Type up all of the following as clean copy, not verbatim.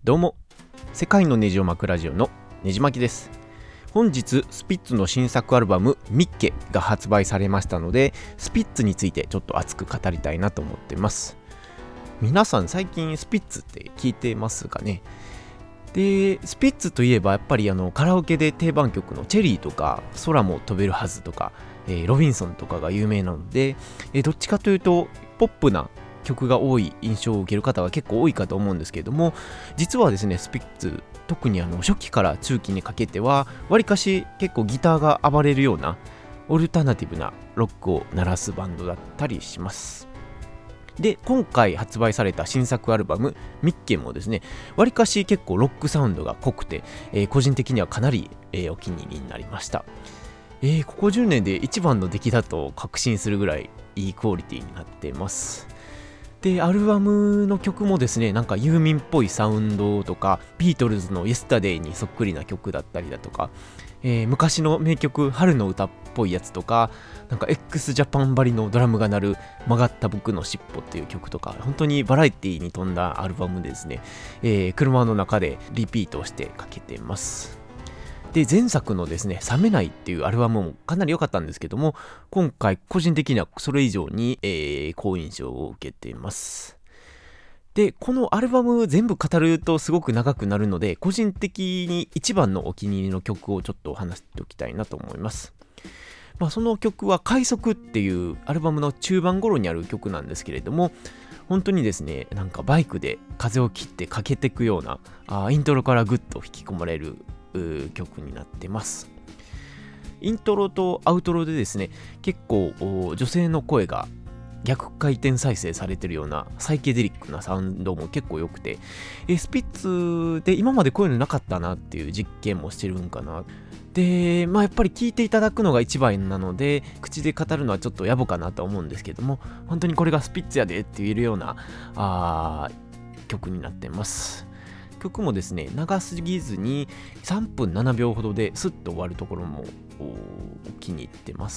どうも、世界のネジを巻くラジオのネジ巻きです。本日スピッツの新作アルバムミッケが発売されましたので、スピッツについてちょっと熱く語りたいなと思ってます。皆さん最近スピッツって聞いてますかね。で、スピッツといえばやっぱりカラオケで定番曲のチェリーとか空も飛べるはずとか、ロビンソンとかが有名なので、どっちかというとポップな曲が多い印象を受ける方は結構多いかと思うんですけれども、実はですね、スピッツ特に初期から中期にかけてはわりかし結構ギターが暴れるようなオルタナティブなロックを鳴らすバンドだったりします。で、今回発売された新作アルバムミッケもですね、わりかし結構ロックサウンドが濃くて、個人的にはかなり、お気に入りになりました。ここ10年で一番の出来だと確信するぐらいいいクオリティになっています。で、アルバムの曲もですね、なんかユーミンっぽいサウンドとか、ビートルズのイエスタデイにそっくりな曲だったりだとか、昔の名曲春の歌っぽいやつとか、なんか x ジャパンばりのドラムが鳴る曲がった僕の尻尾っていう曲とか、本当にバラエティに富んだアルバムでですね、車の中でリピートしてかけてます。で、前作のですね、冷めないっていうアルバムもかなり良かったんですけども、今回個人的にはそれ以上に、好印象を受けています。で、このアルバム全部語るとすごく長くなるので、個人的に一番のお気に入りの曲をちょっと話しておきたいなと思います。その曲は快速っていうアルバムの中盤頃にある曲なんですけれども、本当にですね、なんかバイクで風を切ってかけていくようなイントロからグッと引き込まれる曲になってます。イントロとアウトロでですね、結構女性の声が逆回転再生されてるようなサイケデリックなサウンドも結構良くて、スピッツで今までこういうのなかったなっていう実験もしてるんかな。で、やっぱり聞いていただくのが一番なので、口で語るのはちょっと野暮かなと思うんですけども、本当にこれがスピッツやでって言えるような曲になってます。曲もですね、長すぎずに3分7秒ほどでスッと終わるところも気に入ってます。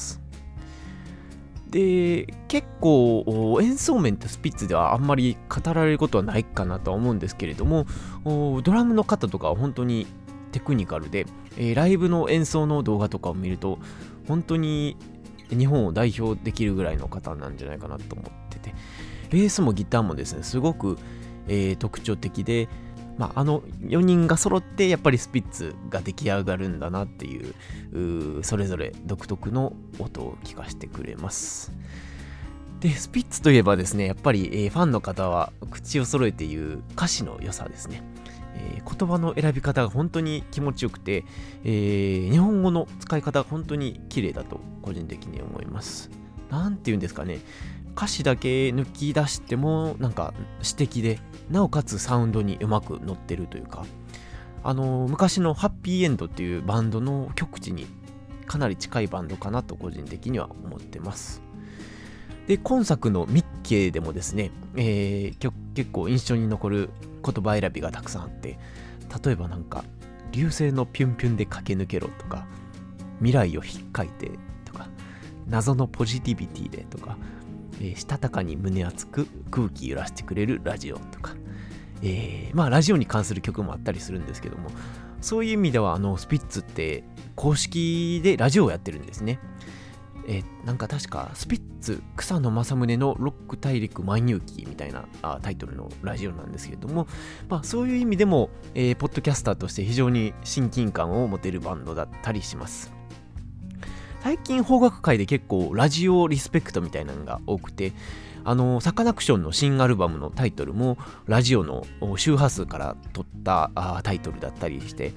で、結構演奏面とスピッツではあんまり語られることはないかなとは思うんですけれども、ドラムの方とかは本当にテクニカルで、ライブの演奏の動画とかを見ると本当に日本を代表できるぐらいの方なんじゃないかなと思ってて、ベースもギターもですね、すごく、特徴的で、4人が揃ってやっぱりスピッツが出来上がるんだなっていうそれぞれ独特の音を聞かせてくれます。で、スピッツといえばですね、やっぱり、ファンの方は口を揃えて言う歌詞の良さですね。言葉の選び方が本当に気持ちよくて、日本語の使い方が本当に綺麗だと個人的に思います。なんて言うんですかね、歌詞だけ抜き出してもなんか詩的で、なおかつサウンドにうまく乗ってるというか、昔のハッピーエンドっていうバンドの曲地にかなり近いバンドかなと個人的には思ってます。で、今作のミッケでもですね、結構印象に残る言葉選びがたくさんあって、例えばなんか流星のピュンピュンで駆け抜けろとか、未来をひっかいてとか、謎のポジティビティでとか、したたかに胸熱く空気揺らしてくれるラジオとか、ラジオに関する曲もあったりするんですけども、そういう意味ではスピッツって公式でラジオをやってるんですね。なんか確かスピッツ草野正宗のロック大陸万有記みたいなタイトルのラジオなんですけれども、そういう意味でも、ポッドキャスターとして非常に親近感を持てるバンドだったりします。最近邦楽界で結構ラジオリスペクトみたいなのが多くて、サカナクションの新アルバムのタイトルもラジオの周波数から取ったタイトルだったりして、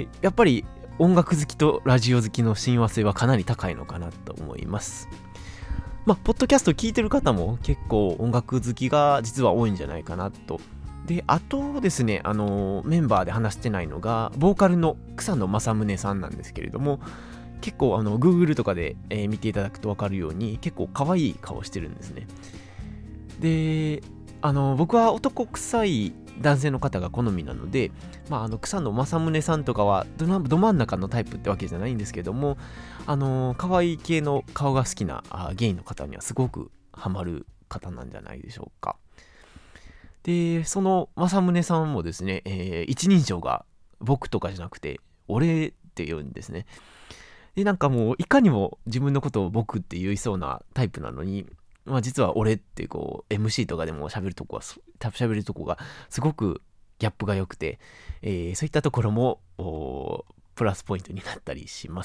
やっぱり音楽好きとラジオ好きの親和性はかなり高いのかなと思います。ポッドキャスト聞いてる方も結構音楽好きが実は多いんじゃないかなと。で、あとですね、メンバーで話してないのがボーカルの草野正宗さんなんですけれども、結構Google とかで、見ていただくと分かるように結構可愛い顔してるんですね。で、僕は男臭い男性の方が好みなので、草野正宗さんとかはど真ん中のタイプってわけじゃないんですけども、可愛い系の顔が好きなゲイの方にはすごくハマる方なんじゃないでしょうか。 で、その正宗さんもですね、一人称が僕とかじゃなくて、俺って言うんですね。で、なんかもう、いかにも自分のことを僕って言いそうなタイプなのに、まあ実は俺ってこう、MC とかでも喋るとこがすごくギャップが良くて、そういったところも、プラスポイントになったりします。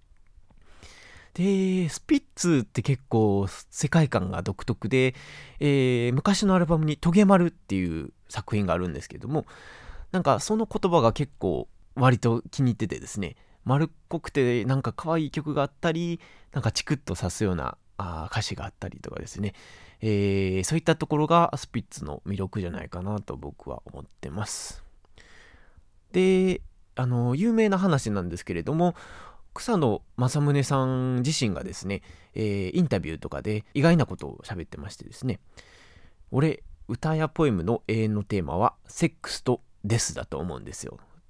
で、スピッツって結構世界観が独特で、昔のアルバムにトゲマルっていう作品があるんですけども、なんかその言葉が結構割と気に入っててですね、丸っこくてなんか可愛い曲があったり、なんかチクッと刺すような歌詞があったりとかですね、そういったところがスピッツの魅力じゃないかなと僕は思ってます。で、有名な話なんですけれども、草野正宗さん自身がですね、インタビューとかで意外なことを喋ってましてですね、俺、歌やポエムの永遠のテーマはセックスとデスだと思うんですよって、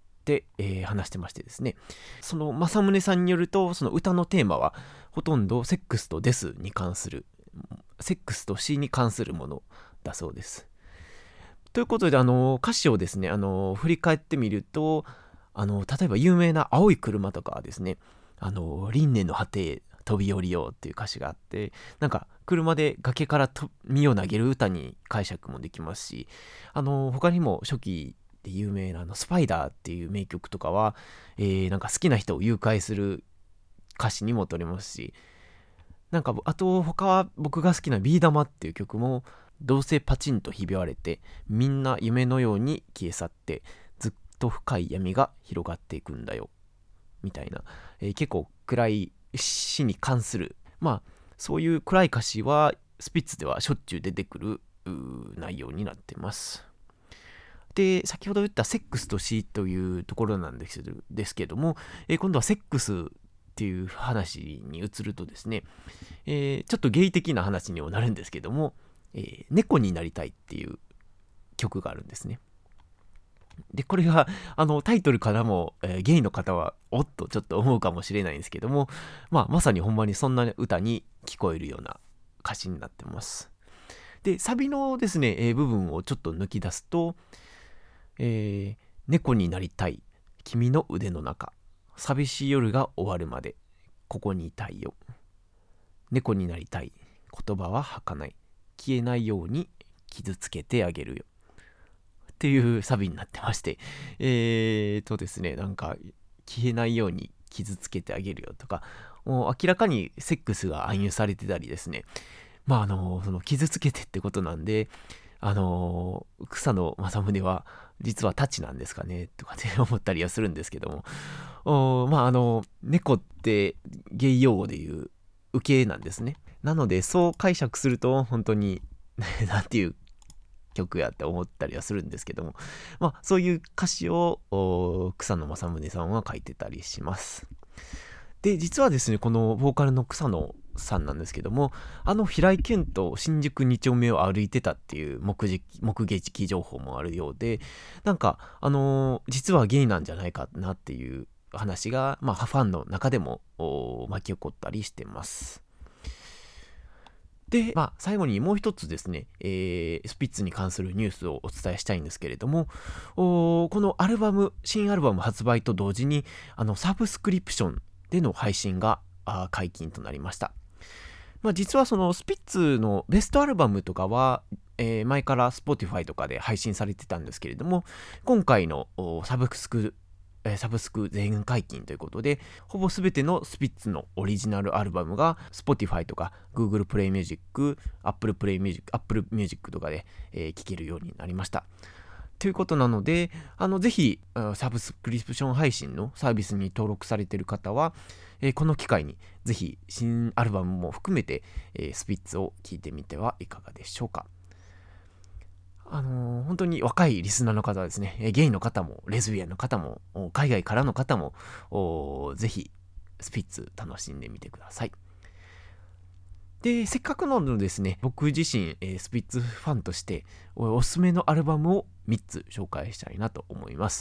話してましてですね、その正宗さんによると、その歌のテーマはほとんどセックスとデスに関する、セックスと死に関するものだそうです。ということで、歌詞をですね、振り返ってみると、例えば有名な青い車とかはですね、輪廻の果てへ飛び降りようっていう歌詞があって、なんか車で崖から身を投げる歌に解釈もできますし、他にも初期で有名なスパイダーっていう名曲とかは、なんか好きな人を誘拐する歌詞にも取れますし、なんかあと他は僕が好きなビー玉っていう曲も、どうせパチンとひび割れてみんな夢のように消え去ってずっと深い闇が広がっていくんだよみたいな、結構暗い死に関する、まあそういう暗い歌詞はスピッツではしょっちゅう出てくる内容になってます。で、先ほど言ったセックスと死というところなんですけども、今度はセックスっていう話に移るとですね、ちょっとゲイ的な話にもなるんですけども、猫になりたいっていう曲があるんですね。で、これがタイトルからも、ゲイの方はおっとちょっと思うかもしれないんですけども、まさにほんまにそんな歌に聞こえるような歌詞になってます。で、サビのですね、部分をちょっと抜き出すと、猫になりたい君の腕の中、寂しい夜が終わるまでここにいたいよ、猫になりたい言葉は吐かない、消えないように傷つけてあげるよっていうサビになってまして、ですね、なんか消えないように傷つけてあげるよとか、もう明らかにセックスが暗喩されてたりですね、その傷つけてってことなんで、草野正宗は実はタチなんですかねとかって思ったりはするんですけども、猫ってゲイ用語でいう受けなんですね。なのでそう解釈すると本当になんていう曲やって思ったりはするんですけども、そういう歌詞を草野正宗さんは書いてたりします。で、実はですね、このボーカルの草野さんなんですけども、平井堅と新宿2丁目を歩いてたっていう目撃情報もあるようで、なんか実はゲイなんじゃないかなっていう話が、ファンの中でも巻き起こったりしてます。で、最後にもう一つですね、スピッツに関するニュースをお伝えしたいんですけれども、この新アルバム発売と同時に、サブスクリプションでの配信が解禁となりました。実はそのスピッツのベストアルバムとかは、前から Spotify とかで配信されてたんですけれども、今回のサブスク全解禁ということで、ほぼ全てのスピッツのオリジナルアルバムが Spotify とか Google Play Music、Apple Music とかで聴けるようになりました。ということなので、ぜひサブスクリプション配信のサービスに登録されている方は、この機会にぜひ新アルバムも含めて、スピッツを聴いてみてはいかがでしょうか。本当に若いリスナーの方はですね、ゲイの方もレズビアンの方も海外からの方もぜひスピッツ楽しんでみてください。で、せっかくなのでですね、僕自身、スピッツファンとしておすすめのアルバムを3つ紹介したいなと思います。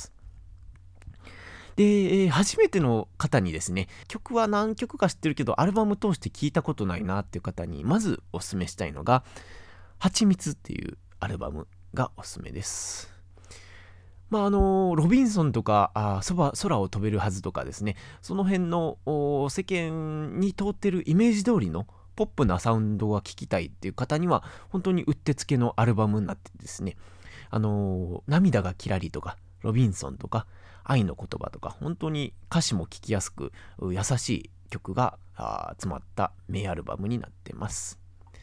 で、初めての方にですね、曲は何曲か知ってるけどアルバム通して聞いたことないなっていう方にまずおすすめしたいのが、はちみつっていうアルバムがおすすめです。ロビンソンとか空を飛べるはずとかですね、その辺の世間に通ってるイメージ通りのポップなサウンドが聴きたいっていう方には本当にうってつけのアルバムになってですね、涙がキラリとかロビンソンとか愛の言葉とか、本当に歌詞も聴きやすく優しい曲が詰まった名アルバムになってます。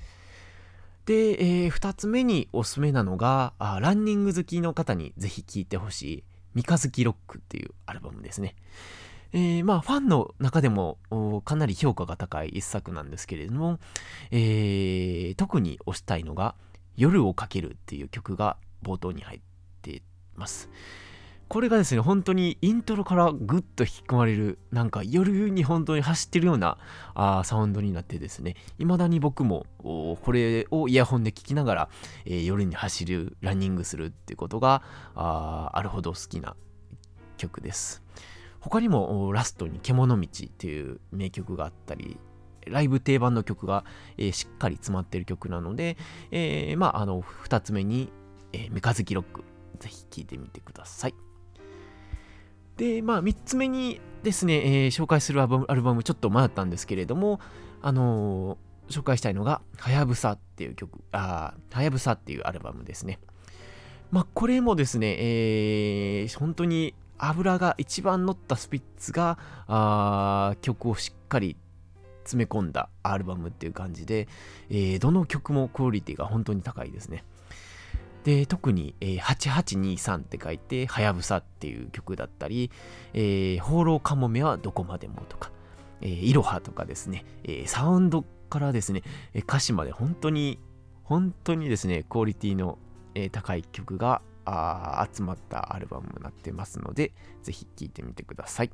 で、2つ目におすすめなのがランニング好きの方にぜひ聴いてほしい三日月ロックっていうアルバムですね。ファンの中でもかなり評価が高い一作なんですけれども、特に推したいのが夜をかけるっていう曲が冒頭に入ってます。これがですね、本当にイントロからグッと引き込まれる、なんか夜に本当に走ってるようなサウンドになってですね、未だに僕もこれをイヤホンで聴きながら、夜に走る、ランニングするっていうことがあるほど好きな曲です。他にもラストに獣道っていう名曲があったり、ライブ定番の曲が、しっかり詰まっている曲なので、2つ目に、三日月ロック、ぜひ聴いてみてください。で、3つ目にですね、紹介するアルバムちょっと迷ったんですけれども、紹介したいのが、はやぶさっていう曲、はやぶさっていうアルバムですね。これもですね、本当に脂が一番乗ったスピッツが曲をしっかり詰め込んだアルバムっていう感じで、どの曲もクオリティが本当に高いですね。で、特に、8823って書いてはやぶさっていう曲だったり、放浪かもめはどこまでもとか、いろはとかですね、サウンドからですね、歌詞まで本当にですね、クオリティの、高い曲が集まったアルバムになってますので、ぜひ聴いてみてください。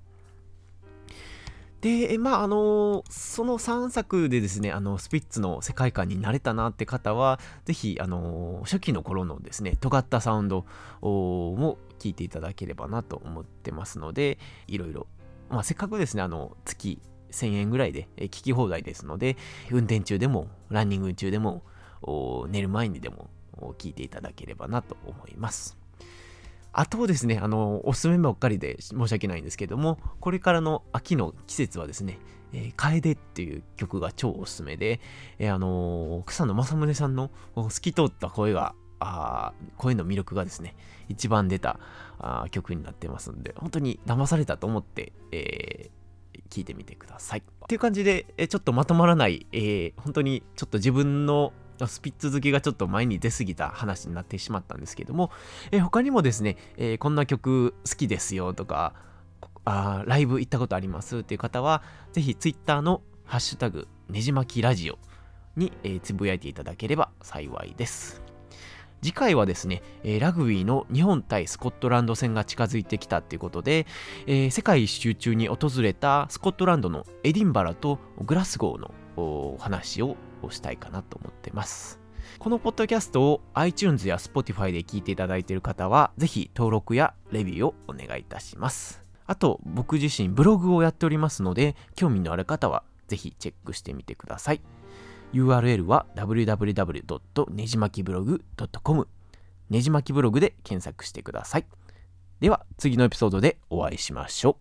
で、その3作でですね、スピッツの世界観に慣れたなって方は、ぜひ、初期の頃のですね、尖ったサウンドも聴いていただければなと思ってますので、いろいろ、せっかくですね、月1000円ぐらいで聴き放題ですので、運転中でも、ランニング中でも、寝る前にでも聴いていただければなと思います。あとですね、おすすめばっかりで申し訳ないんですけども、これからの秋の季節はですね、楓っていう曲が超おすすめで、草野正宗さんの透き通った声の魅力がですね、一番出た曲になってますので、本当に騙されたと思って、聞いてみてください。っていう感じで、ちょっとまとまらない、本当にちょっと自分のスピッツ好きがちょっと前に出過ぎた話になってしまったんですけども、他にもですね、こんな曲好きですよとか、ライブ行ったことありますっていう方は、ぜひツイッターのハッシュタグねじまきラジオに、つぶやいていただければ幸いです。次回はですね、ラグビーの日本対スコットランド戦が近づいてきたということで、世界一周中に訪れたスコットランドのエディンバラとグラスゴーのお話をしたいかなと思ってます。このポッドキャストを iTunes や Spotify で聞いていただいている方は、ぜひ登録やレビューをお願いいたします。あと、僕自身ブログをやっておりますので、興味のある方はぜひチェックしてみてください。URL は www. ねじまきブログ .com ねじまきブログで検索してください。では次のエピソードでお会いしましょう。